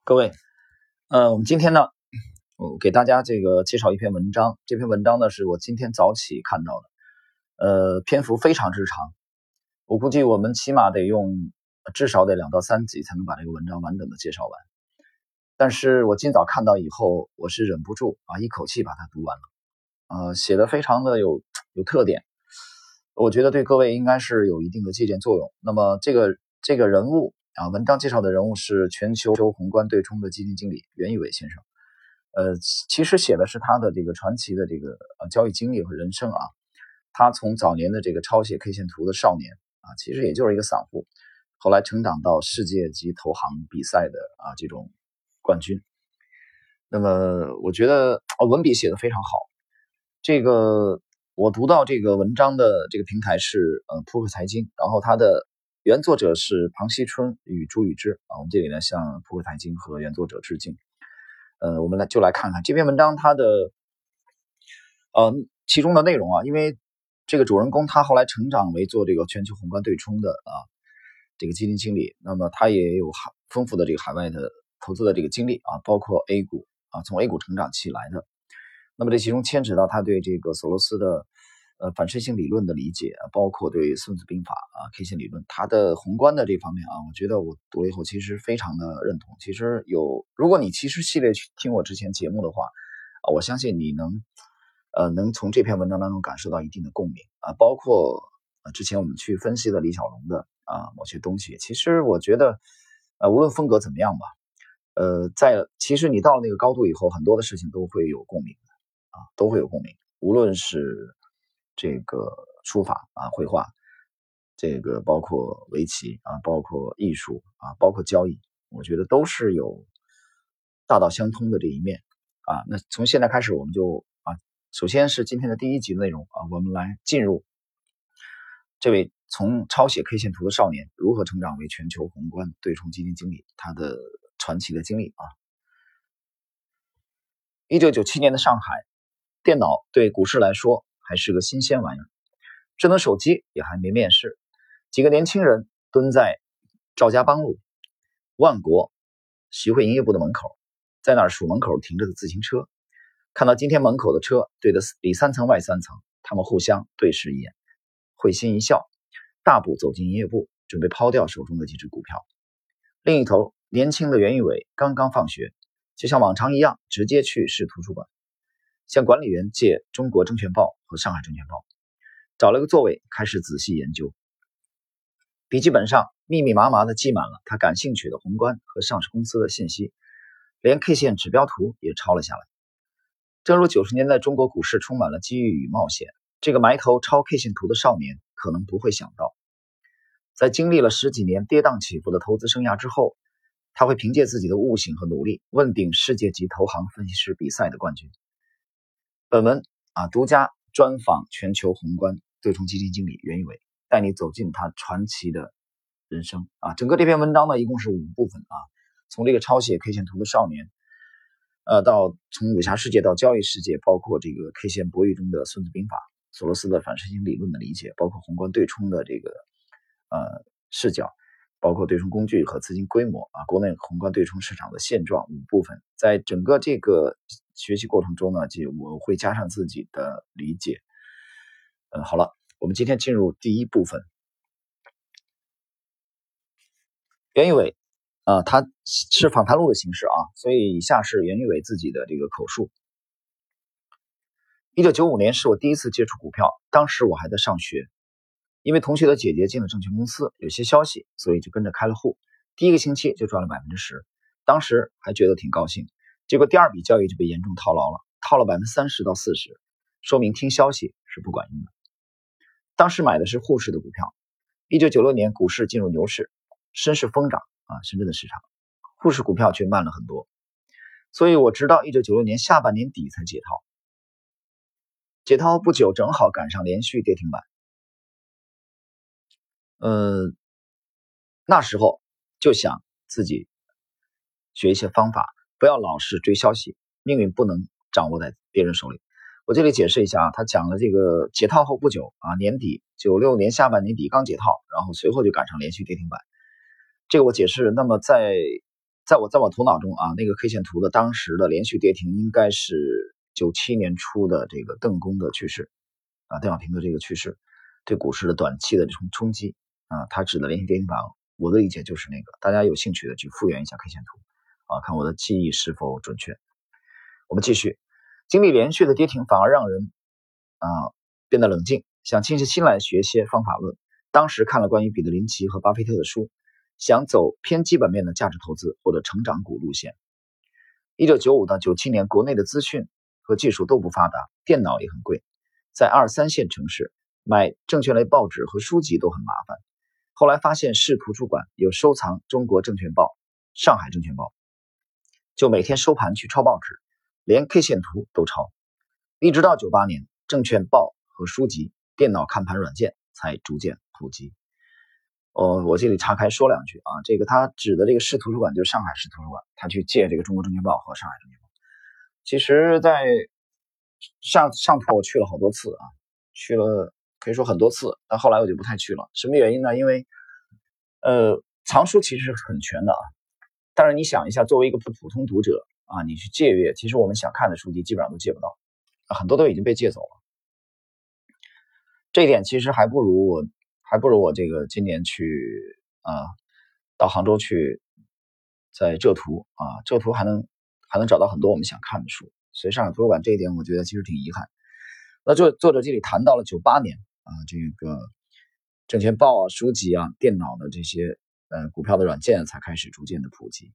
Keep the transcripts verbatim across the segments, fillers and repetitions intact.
各位，呃，我们今天呢，我给大家这个介绍一篇文章。这篇文章呢，是我今天早起看到的，呃，篇幅非常之长，我估计我们起码得用至少得两到三集才能把这个文章完整的介绍完。但是我今早看到以后，我是忍不住啊，一口气把它读完了。呃，写的非常的有有特点，我觉得对各位应该是有一定的借鉴作用。那么这个这个人物啊，文章介绍的人物是全球宏观对冲的基金经理袁宇伟先生。呃，其实写的是他的这个传奇的这个呃交易经历和人生啊。他从早年的这个抄写 K 线图的少年啊，其实也就是一个散户，后来成长到世界级投行比赛的啊这种冠军。那么我觉得呃文笔写得非常好。这个我读到这个文章的这个平台是呃扑克财经，然后它的原作者是庞锡春与朱宇之啊，我们这里呢向扑克财经和原作者致敬。呃，我们来就来看看这篇文章它的呃其中的内容啊，因为这个主人公他后来成长为做这个全球宏观对冲的啊这个基金经理，那么他也有海丰富的这个海外的投资的这个经历啊，包括 A 股啊，从 A 股成长起来的。那么这其中牵扯到他对这个索罗斯的呃反射性理论的理解，包括对孙子兵法啊 K 线理论，他的宏观的这方面啊，我觉得我读了以后其实非常的认同。其实有，如果你其实系列去听我之前节目的话啊，我相信你能呃能从这篇文章当中感受到一定的共鸣啊，包括呃之前我们去分析的李小龙的啊某些东西，其实我觉得呃无论风格怎么样吧，呃在其实你到了那个高度以后，很多的事情都会有共鸣。啊，都会有共鸣，无论是这个书法啊、绘画，这个包括围棋啊，包括艺术啊，包括交易，我觉得都是有大道相通的这一面啊。那从现在开始，我们就啊，首先是今天的第一集的内容啊，我们来进入这位从抄写 K 线图的少年如何成长为全球宏观对冲基金经理，他的传奇的经历啊。一九九七年的上海，电脑对股市来说还是个新鲜玩意儿，智能手机也还没面世。几个年轻人蹲在赵家浜路、万国、徐汇营业部的门口，在那儿数门口停着的自行车。看到今天门口的车对得里三层外三层，他们互相对视一眼，会心一笑，大步走进营业部，准备抛掉手中的几只股票。另一头，年轻的袁宇伟刚刚放学，就像往常一样，直接去市图书馆，向管理员借《中国证券报》和《上海证券报》，找了个座位开始仔细研究。笔记本上密密麻麻地记满了他感兴趣的宏观和上市公司的信息，连 K 线指标图也抄了下来。正如九十年代中国股市充满了机遇与冒险，这个埋头抄 K 线图的少年可能不会想到，在经历了十几年跌宕起伏的投资生涯之后，他会凭借自己的悟性和努力，问鼎世界级投行分析师比赛的冠军。本文啊，独家专访全球宏观对冲基金经理袁宇伟，带你走进他传奇的人生啊。整个这篇文章呢，一共是五部分啊，从这个抄写 K 线图的少年，呃，到从武侠世界到交易世界，包括这个 K 线博弈中的孙子兵法、索罗斯的反射性理论的理解，包括宏观对冲的这个呃视角，包括对冲工具和资金规模啊，国内宏观对冲市场的现状五部分。在整个这个学习过程中呢，就我会加上自己的理解。嗯，好了，我们今天进入第一部分。袁宇伟啊，他是访谈录的形式啊，所以以下是袁宇伟自己的这个口述。一九九五年是我第一次接触股票，当时我还在上学，因为同学的姐姐进了证券公司，有些消息，所以就跟着开了户。第一个星期就赚了百分之十，当时还觉得挺高兴。结果第二笔交易就被严重套牢了，套了百分之三十到四十，说明听消息是不管用的。当时买的是沪市的股票。一九九六年股市进入牛市，深市疯涨啊，深圳的市场，沪市股票却慢了很多，所以我直到一九九六年下半年底才解套。解套不久，正好赶上连续跌停板。呃，那时候就想自己学一些方法，不要老是追消息，命运不能掌握在别人手里。我这里解释一下啊，他讲了这个解套后不久啊，年底九六年下半年底刚解套，然后随后就赶上连续跌停板。这个我解释，那么在在我在我头脑中啊，那个 K 线图的当时的连续跌停应该是九七年初的这个邓公的去世啊，邓小平的这个去世，对股市的短期的这种冲击啊，它指的连续跌停板，我的理解就是那个，大家有兴趣的去复原一下 K 线图啊，看我的记忆是否准确。我们继续，经历连续的跌停反而让人啊变得冷静，想静下心来学些方法论。当时看了关于彼得林奇和巴菲特的书，想走偏基本面的价值投资或者成长股路线。一九九五到九七年，国内的资讯和技术都不发达，电脑也很贵，在二三线城市买证券类报纸和书籍都很麻烦。后来发现市图书馆有收藏《中国证券报》、《上海证券报》，就每天收盘去抄报纸，连 K 线图都抄。一直到九八年，证券报和书籍、电脑看盘软件才逐渐普及。哦，我这里岔开说两句啊，这个他指的这个市图书馆就是上海市图书馆，他去借这个中国证券报和上海证券报。其实在上上图我去了好多次啊，去了可以说很多次，但后来我就不太去了。什么原因呢？因为呃藏书其实是很全的啊，但是你想一下，作为一个普通读者啊，你去借阅，其实我们想看的书籍基本上都借不到，很多都已经被借走了。这一点其实还不如我还不如我这个今年去啊，到杭州去，在浙图啊，浙图还能还能找到很多我们想看的书，所以上海图书馆这一点我觉得其实挺遗憾。那作作者这里谈到了九八年啊，这个证券报啊、书籍啊、电脑的这些呃股票的软件才开始逐渐的普及。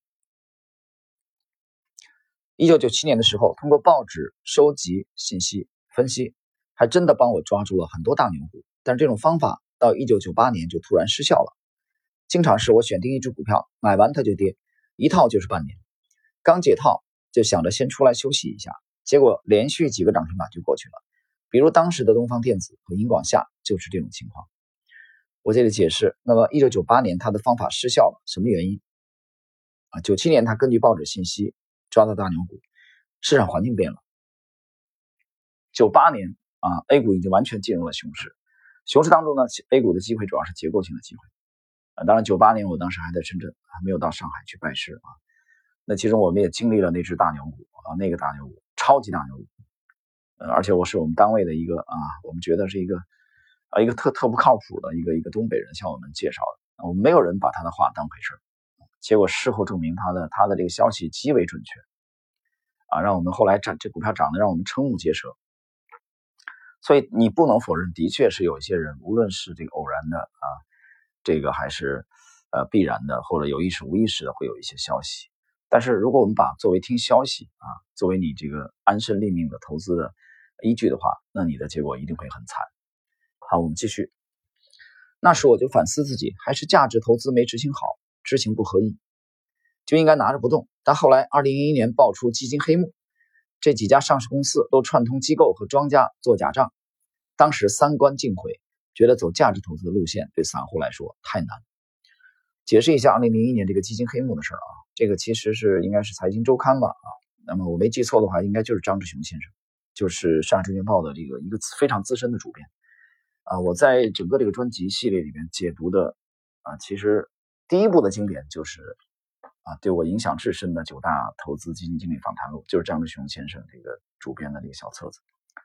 一九九七年的时候，通过报纸收集信息分析，还真的帮我抓住了很多大牛股，但是这种方法到一九九八年就突然失效了。经常是我选定一只股票，买完它就跌，一套就是半年。刚解套就想着先出来休息一下，结果连续几个涨停板就过去了。比如当时的东方电子和银广夏就是这种情况。我这里解释，那么一九九八年它的方法失效了，什么原因啊？九七年它根据报纸信息抓到大牛股，市场环境变了。九八年啊 ，A 股已经完全进入了熊市。熊市当中呢 ，A 股的机会主要是结构性的机会。啊，当然九八年我当时还在深圳，还没有到上海去拜师啊。那其中我们也经历了那只大牛股啊，那个大牛股，超级大牛股。呃，而且我是我们单位的一个啊，我们觉得是一个啊一个特特不靠谱的一个一个东北人向我们介绍的，我们没有人把他的话当回事，结果事后证明他的他的这个消息极为准确，啊，让我们后来涨这股票涨得让我们瞠目结舌。所以你不能否认，的确是有一些人，无论是这个偶然的啊，这个还是呃必然的，或者有意识无意识的会有一些消息。但是如果我们把作为听消息啊，作为你这个安身立命的投资的依据的话，那你的结果一定会很惨。好，我们继续。那时我就反思自己，还是价值投资没执行好，知行不合一，就应该拿着不动。但后来二零一一年爆出基金黑幕，这几家上市公司都串通机构和庄家做假账，当时三观尽毁，觉得走价值投资的路线对散户来说太难。解释一下二零零一年这个基金黑幕的事啊，这个其实是应该是财经周刊吧啊，那么我没记错的话，应该就是张志雄先生，就是上海证券报的这个一个非常资深的主编啊。我在整个这个专辑系列里面解读的啊，其实第一部的经典就是啊，对我影响至深的九大投资基金经理访谈录，就是张志雄先生这个主编的这个小册子。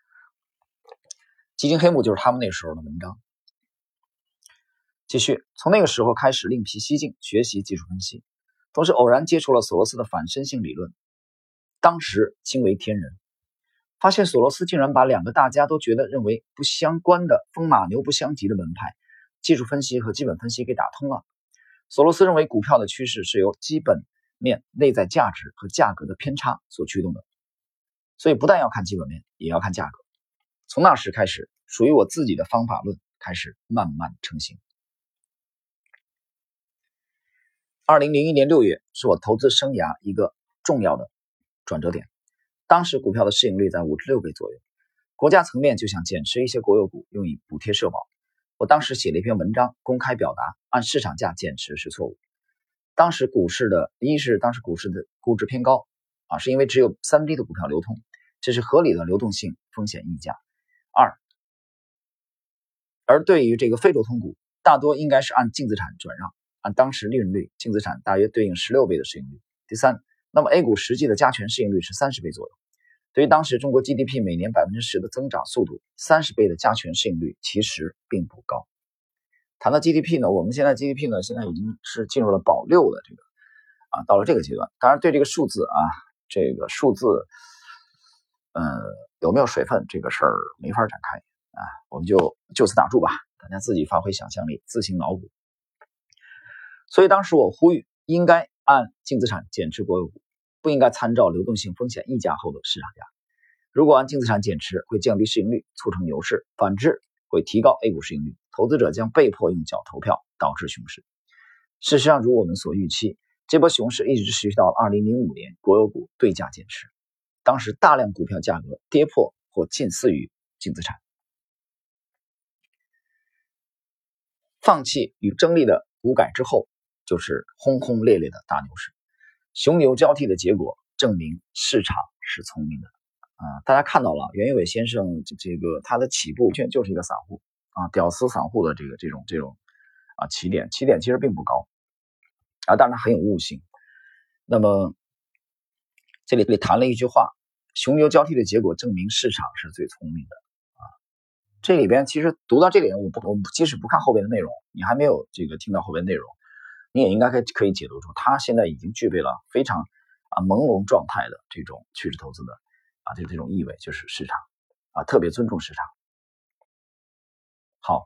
基金黑幕就是他们那时候的文章。继续，从那个时候开始另辟蹊径，学习技术分析，同时偶然接触了索罗斯的反身性理论，当时惊为天人，发现索罗斯竟然把两个大家都觉得认为不相关的风马牛不相及的门派，技术分析和基本分析给打通了。索罗斯认为股票的趋势是由基本面、内在价值和价格的偏差所驱动的，所以不但要看基本面，也要看价格。从那时开始，属于我自己的方法论开始慢慢成型。二零零一年六月是我投资生涯一个重要的转折点，当时股票的市盈率在五至六倍左右，国家层面就想减持一些国有股用以补贴社保。我当时写了一篇文章，公开表达按市场价减持是错误。当时股市的一是当时股市的估值偏高啊，是因为只有三分之一的股票流通，这是合理的流动性风险溢价。二，而对于这个非流通股，大多应该是按净资产转让，按当时利润率，净资产大约对应十六倍的市盈率， 第三，那么 A 股实际的加权市盈率是三十倍左右。对于当时中国 G D P 每年 百分之十 的增长速度，三十倍的加权市盈率其实并不高。谈到 G D P 呢，我们现在 G D P 呢，现在已经是进入了保六的这个啊，到了这个阶段。当然，对这个数字啊，这个数字，呃，有没有水分这个事儿没法展开啊，我们就就此打住吧，大家自己发挥想象力，自行脑补。所以当时我呼吁，应该按净资产减持国有股，不应该参照流动性风险溢价后的市场价。如果按净资产减持，会降低市盈率，促成牛市；反之，会提高 A 股市盈率，投资者将被迫用脚投票，导致熊市。事实上，如我们所预期，这波熊市一直持续到了二零零五年，国有股对价减持，当时大量股票价格跌破或近似于净资产。放弃与争利的股改之后，就是轰轰烈烈的大牛市。熊牛交替的结果证明市场是聪明的啊！大家看到了，袁伟先生这个他的起步圈就是一个散户啊，屌丝散户的这个这种这种啊起点，起点其实并不高啊，但是它很有悟性。那么这里里谈了一句话，熊牛交替的结果证明市场是最聪明的啊。这里边其实读到这里，我不我即使不看后边的内容，你还没有这个听到后边内容，你也应该可以可以解读出，他现在已经具备了非常啊朦胧状态的这种趋势投资的啊这这种意味，就是市场啊特别尊重市场。好，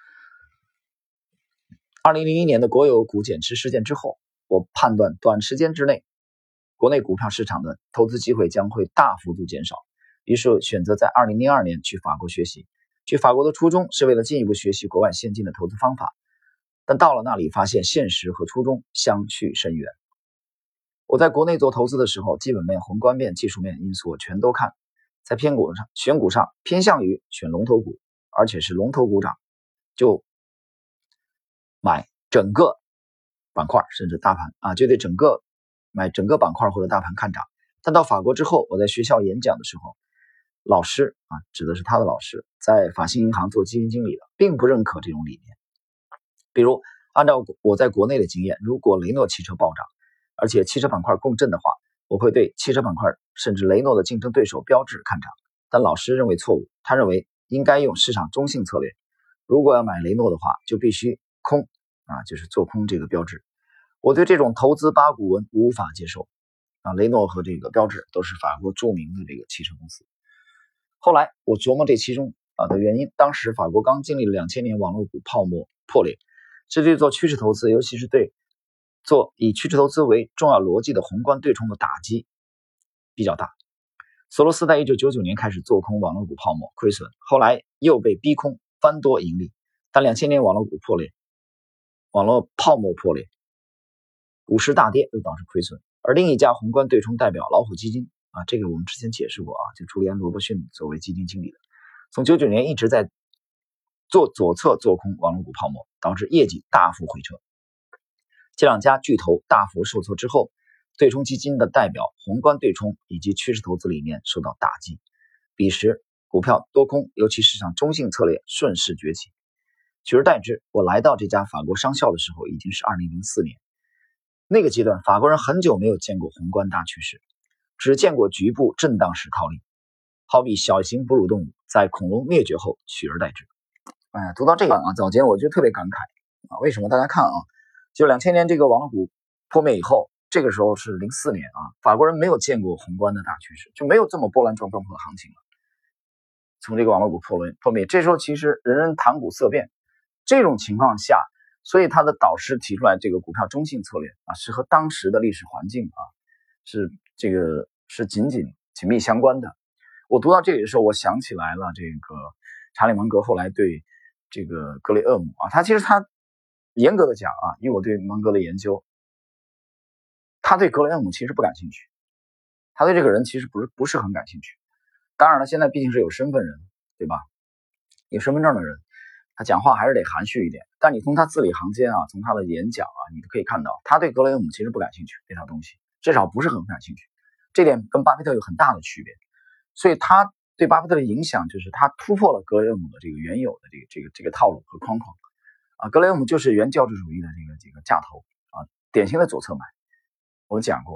二零零一年的国有股减持事件之后，我判断短时间之内，国内股票市场的投资机会将会大幅度减少，于是选择在二零零二年去法国学习。去法国的初衷是为了进一步学习国外先进的投资方法，但到了那里发现现实和初衷相去甚远。我在国内做投资的时候，基本面、宏观面、技术面因素我全都看，在偏股上选股上偏向于选龙头股，而且是龙头股涨就买整个板块甚至大盘啊，就对整个买整个板块或者大盘看涨。但到法国之后，我在学校演讲的时候，老师啊，指的是他的老师，在法信银行做基金经理的，并不认可这种理念。比如按照我在国内的经验，如果雷诺汽车暴涨，而且汽车板块共振的话，我会对汽车板块甚至雷诺的竞争对手标致看涨。但老师认为错误，他认为应该用市场中性策略，如果要买雷诺的话，就必须空啊，就是做空这个标致。我对这种投资八股文无法接受啊，雷诺和这个标致都是法国著名的这个汽车公司。后来我琢磨这其中啊的原因，当时法国刚经历了两千年网络股泡沫破裂，这对做趋势投资，尤其是对做以趋势投资为重要逻辑的宏观对冲的打击比较大。索罗斯在一九九九年开始做空网络股泡沫亏损，后来又被逼空翻多盈利，但两千年网络股破裂，网络泡沫破裂，股市大跌又导致亏损。而另一家宏观对冲代表老虎基金啊，这个我们之前解释过啊，就朱利安·罗伯逊作为基金经理的，从九九年一直在做左侧做空网络股泡沫，导致业绩大幅回撤。这两家巨头大幅受挫之后，对冲基金的代表宏观对冲以及趋势投资理念受到打击，彼时股票多空尤其市场中性策略顺势崛起。取而代之，我来到这家法国商校的时候已经是二零零四年，那个阶段法国人很久没有见过宏观大趋势，只见过局部震荡式套利，好比小型哺乳动物在恐龙灭绝后取而代之。哎呀，读到这个啊，早间我就特别感慨啊，为什么？大家看啊，就两千年这个网络股破灭以后，这个时候是零四年啊，法国人没有见过宏观的大趋势，就没有这么波澜壮阔的行情了。从这个网络股破灭破灭，这时候其实人人谈股色变，这种情况下，所以他的导师提出来这个股票中性策略啊，是和当时的历史环境啊，是这个是紧紧紧密相关的。我读到这里的时候，我想起来了这个查理芒格后来对这个格雷厄姆啊，他其实他严格的讲啊，以我对芒格的研究，他对格雷厄姆其实不感兴趣，他对这个人其实不是不是很感兴趣。当然了，现在毕竟是有身份人，对吧？有身份证的人，他讲话还是得含蓄一点。但你从他字里行间啊，从他的演讲啊，你都可以看到，他对格雷厄姆其实不感兴趣，这套东西至少不是很感兴趣。这点跟巴菲特有很大的区别。所以他对巴菲特的影响就是他突破了格雷厄姆的这个原有的这个这个这个套路和框框啊。格雷厄姆就是原教旨主义的这个这个架头啊，典型的左侧买。我讲过，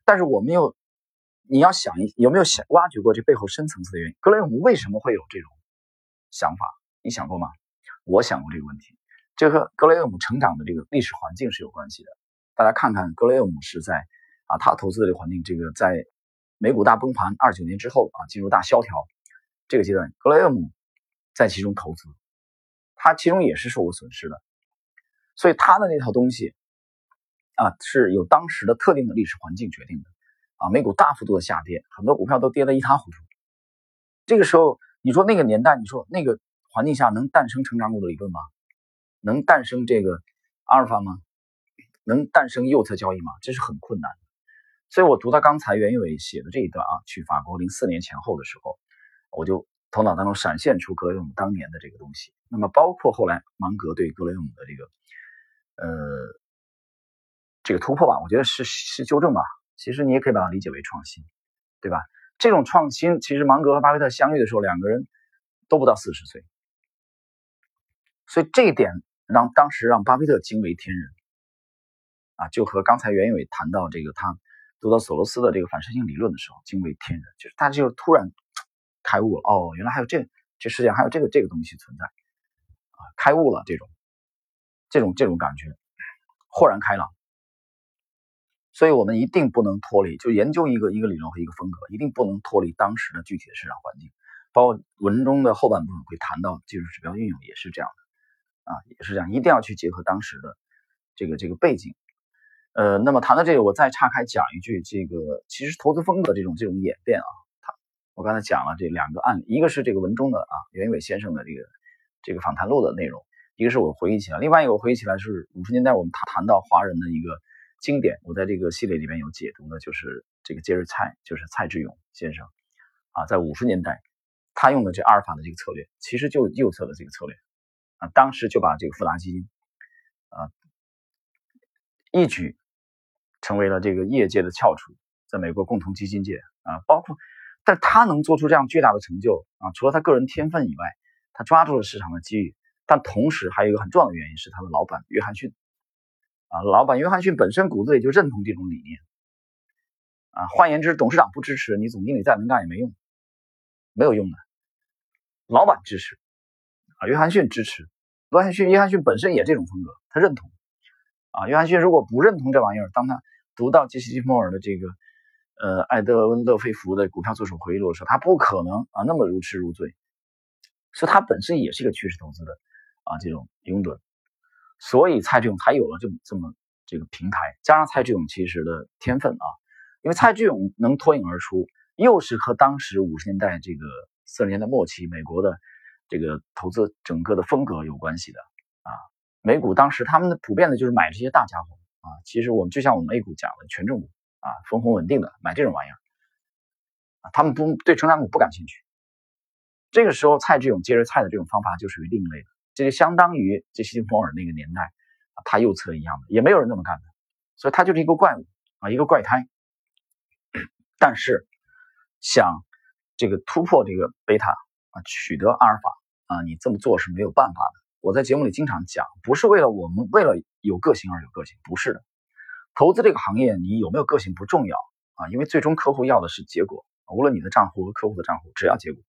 但是我们又你要想有没有想挖掘过这背后深层次的原因？格雷厄姆为什么会有这种想法？你想过吗？我想过这个问题，这和格雷厄姆成长的这个历史环境是有关系的。大家看看，格雷厄姆是在啊，他投资的这个环境，这个在美股大崩盘二九年之后啊，进入大萧条这个阶段，格雷厄姆在其中投资，他其中也是受过损失的，所以他的那套东西啊，是有当时的特定的历史环境决定的啊，美股大幅度的下跌，很多股票都跌得一塌糊涂。这个时候，你说那个年代，你说那个环境下能诞生成长股的理论吗？能诞生这个阿尔法吗？能诞生右侧交易吗？这是很困难的。所以我读到刚才袁一伟写的这一段啊，去法国零四年前后的时候，我就头脑当中闪现出格雷厄姆当年的这个东西。那么包括后来芒格对格雷厄姆的这个呃这个突破吧，我觉得是是纠正吧。其实你也可以把它理解为创新，对吧？这种创新，其实芒格和巴菲特相遇的时候，两个人都不到四十岁，所以这一点让当时让巴菲特惊为天人啊，就和刚才袁一伟谈到这个他读到索罗斯的这个反射性理论的时候惊为天人，就是他就突然开悟了，哦，原来还有这这世界上还有这个这个东西存在啊，开悟了，这种这种这种感觉豁然开朗。所以我们一定不能脱离，就研究一个一个理论和一个风格，一定不能脱离当时的具体的市场环境。包括文中的后半部分会谈到技术指标运用，也是这样的啊，也是这样，一定要去结合当时的这个这个背景。呃，那么谈到这个，我再岔开讲一句，这个其实投资风格这种这种演变啊，它我刚才讲了这两个案例，一个是这个文中的啊袁一伟先生的这个这个访谈录的内容，一个是我回忆起来，另外一个我回忆起来是五十年代我们谈谈到华人的一个经典，我在这个系列里面有解读的，就是这个杰瑞蔡，就是蔡志勇先生啊，在五十年代他用的这阿尔法的这个策略，其实就右侧的这个策略啊，当时就把这个富达基金啊一举成为了这个业界的翘楚，在美国共同基金界啊，包括，但他能做出这样巨大的成就啊，除了他个人天分以外，他抓住了市场的机遇，但同时还有一个很重要的原因是他的老板约翰逊啊，老板约翰逊本身骨子里就认同这种理念啊，换言之，董事长不支持，你总经理再能干也没用，没有用的，老板支持啊，约翰逊支持，约翰逊约翰逊本身也这种风格，他认同。啊，约翰逊如果不认同这玩意儿，当他读到杰西·利弗莫尔的这个呃艾德温·勒菲弗的股票作手回忆录的时候，他不可能啊那么如痴如醉，所以他本身也是一个趋势投资的啊这种拥趸，所以蔡志勇才有了这么这么这个平台，加上蔡志勇其实的天分啊，因为蔡志勇能脱颖而出，又是和当时五十年代这个四十年代末期美国的这个投资整个的风格有关系的啊。美股当时他们的普遍的就是买这些大家伙啊，其实我们就像我们 A 股讲的权重股啊，分红稳定的买这种玩意儿啊，他们不对成长股不感兴趣。这个时候蔡志勇接着蔡的这种方法就属于另类的，这就相当于杰西·利弗莫尔那个年代啊，他右侧一样的，也没有人这么干的，所以他就是一个怪物啊，一个怪胎。但是想这个突破这个贝塔啊，取得阿尔法啊，你这么做是没有办法的。我在节目里经常讲，不是为了我们为了有个性而有个性，不是的。投资这个行业，你有没有个性不重要啊，因为最终客户要的是结果，无论你的账户和客户的账户，只要结果。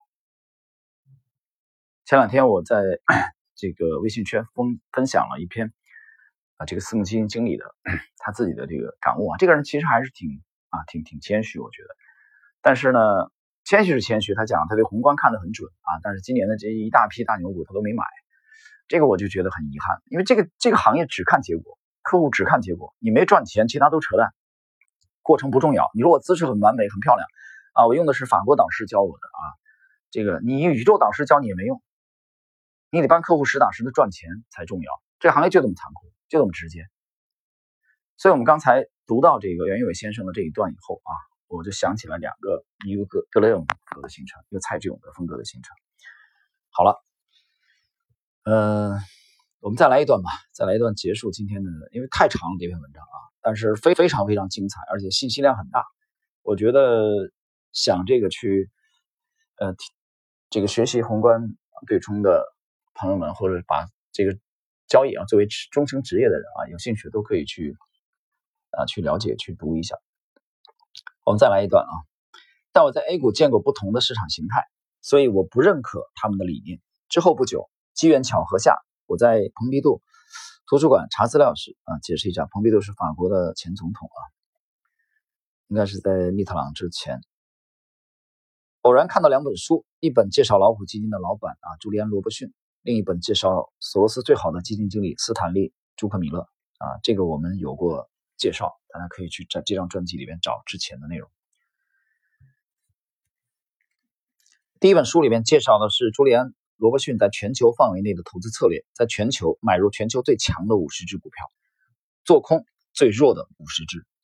前两天我在这个微信圈分分享了一篇啊，这个私募基金经理的他自己的这个感悟啊，这个人其实还是挺啊挺挺谦虚，我觉得。但是呢，谦虚是谦虚，他讲他对宏观看得很准啊，但是今年的这一大批大牛股他都没买。这个我就觉得很遗憾，因为这个这个行业只看结果，客户只看结果，你没赚钱，其他都扯淡，过程不重要。你说我姿势很完美很漂亮啊，我用的是法国导师教我的啊，这个你宇宙导师教你也没用，你得帮客户实打实的赚钱才重要。这个行业就这么残酷，就这么直接。所以我们刚才读到这个袁一伟先生的这一段以后啊，我就想起来两个，一个格格雷厄姆风格的形成，一个蔡志勇的风格的形成。好了。呃，我们再来一段吧，再来一段结束今天的，因为太长了这篇文章啊，但是非非常非常精彩，而且信息量很大。我觉得想这个去呃这个学习宏观对冲的朋友们，或者把这个交易啊作为终生职业的人啊，有兴趣都可以去啊去了解去读一下。 我们再来一段啊。但我在 A 股见过不同的市场形态，所以我不认可他们的理念。之后不久，机缘巧合下，我在蓬皮杜图书馆查资料时啊，解释一下，蓬皮杜是法国的前总统啊，应该是在密特朗之前。偶然看到两本书，一本介绍老虎基金的老板啊朱利安·罗伯逊，另一本介绍索罗斯最好的基金经理斯坦利·朱克米勒啊，这个我们有过介绍，大家可以去在这张专辑里面找之前的内容。第一本书里面介绍的是朱利安·罗伯逊在全球范围内的投资策略，在全球买入全球最强的五十只股票，做空最弱的五十只。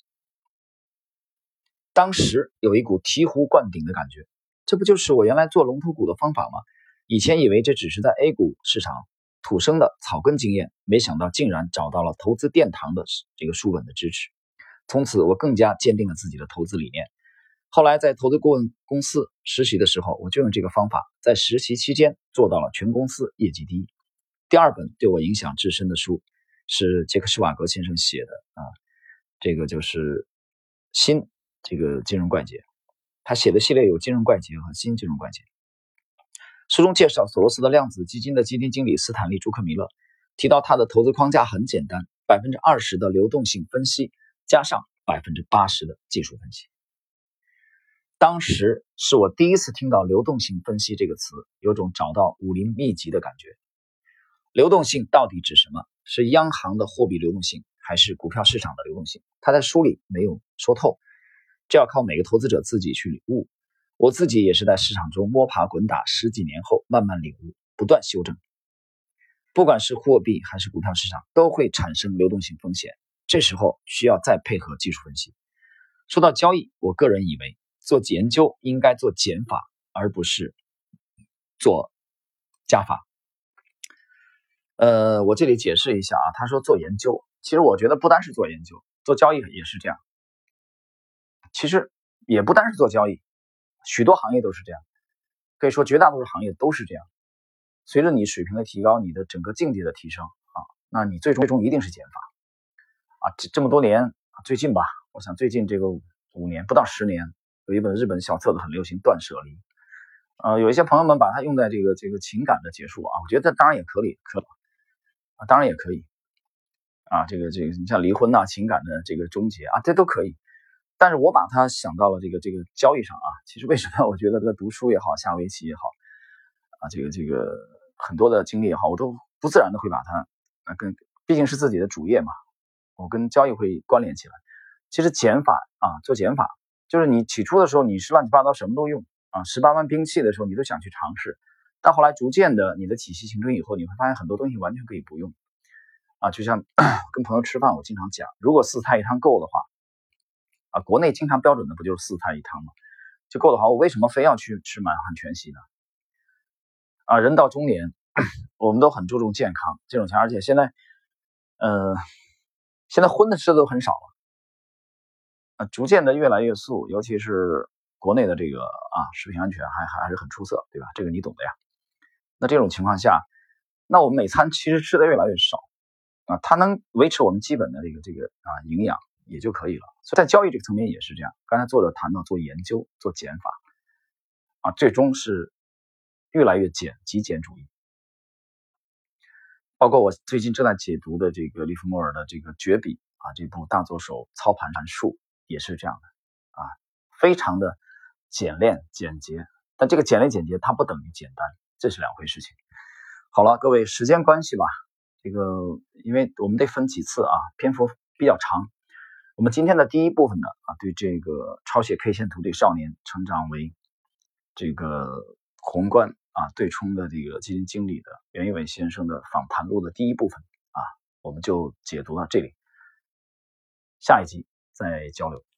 当时有一股醍醐灌顶的感觉，这不就是我原来做龙头股的方法吗？以前以为这只是在 A 股市场土生的草根经验，没想到竟然找到了投资殿堂的这个书本的支持。从此我更加坚定了自己的投资理念。后来在投资顾问公司实习的时候，我就用这个方法，在实习期间做到了全公司业绩第一。第二本对我影响至深的书是杰克施瓦格先生写的啊，这个就是新这个金融怪杰，他写的系列有金融怪杰和新金融怪杰。书中介绍索罗斯的量子基金的基金经理斯坦利·朱克米勒，提到他的投资框架很简单， 百分之二十 的流动性分析加上 百分之八十 的技术分析。当时是我第一次听到流动性分析这个词，有种找到武林秘籍的感觉。流动性到底指什么？是央行的货币流动性，还是股票市场的流动性？他在书里没有说透，这要靠每个投资者自己去领悟。我自己也是在市场中摸爬滚打十几年后慢慢领悟，不断修正。不管是货币还是股票市场，都会产生流动性风险，这时候需要再配合技术分析。说到交易，我个人以为做研究应该做减法，而不是做加法。呃，我这里解释一下啊，他说做研究，其实我觉得不单是做研究，做交易也是这样。其实也不单是做交易，许多行业都是这样，可以说绝大多数行业都是这样。随着你水平的提高，你的整个境界的提升啊，那你最终最终一定是减法啊。这这么多年，最近吧，我想最近这个五年不到十年，有一本日本小册子很流行，断舍离。呃，有一些朋友们把它用在这个这个情感的结束啊，我觉得当然也可以，可啊，当然也可以啊，这个这个你像离婚呐、啊，情感的这个终结啊，这都可以。但是我把它想到了这个这个交易上啊，其实为什么我觉得这个读书也好，下围棋也好啊，这个这个很多的经历也好，我都不自然的会把它啊跟毕竟是自己的主业嘛，我跟交易会关联起来。其实减法啊，做减法就是你起初的时候你是乱七八糟什么都用啊，十八般兵器的时候你都想去尝试，但后来逐渐的你的体系形成以后，你会发现很多东西完全可以不用啊。就像跟朋友吃饭，我经常讲，如果四菜一汤够的话啊，国内经常标准的不就是四菜一汤吗？就够的话，我为什么非要去吃满汉全席呢？啊，人到中年，我们都很注重健康这种情况，而且现在，呃，现在荤的吃的都很少了，啊，逐渐的越来越素，尤其是国内的这个啊食品安全还还还是很出色，对吧？这个你懂的呀。那这种情况下，那我们每餐其实吃的越来越少啊，它能维持我们基本的这个这个啊营养也就可以了。所以在交易这个层面也是这样。刚才作者谈到做研究、做减法啊，最终是越来越减极简主义。包括我最近正在解读的这个利弗莫尔的这个绝笔啊，这部大作手操盘术也是这样的啊，非常的简练简洁。但这个简练简洁它不等于简单，这是两回事情。好了，各位，时间关系吧，这个因为我们得分几次啊，篇幅比较长。我们今天的第一部分呢啊，对这个抄写 K 线图对少年成长为这个宏观啊对冲的这个基金经理的袁一伟先生的访谈录的第一部分啊，我们就解读到这里，下一集再交流。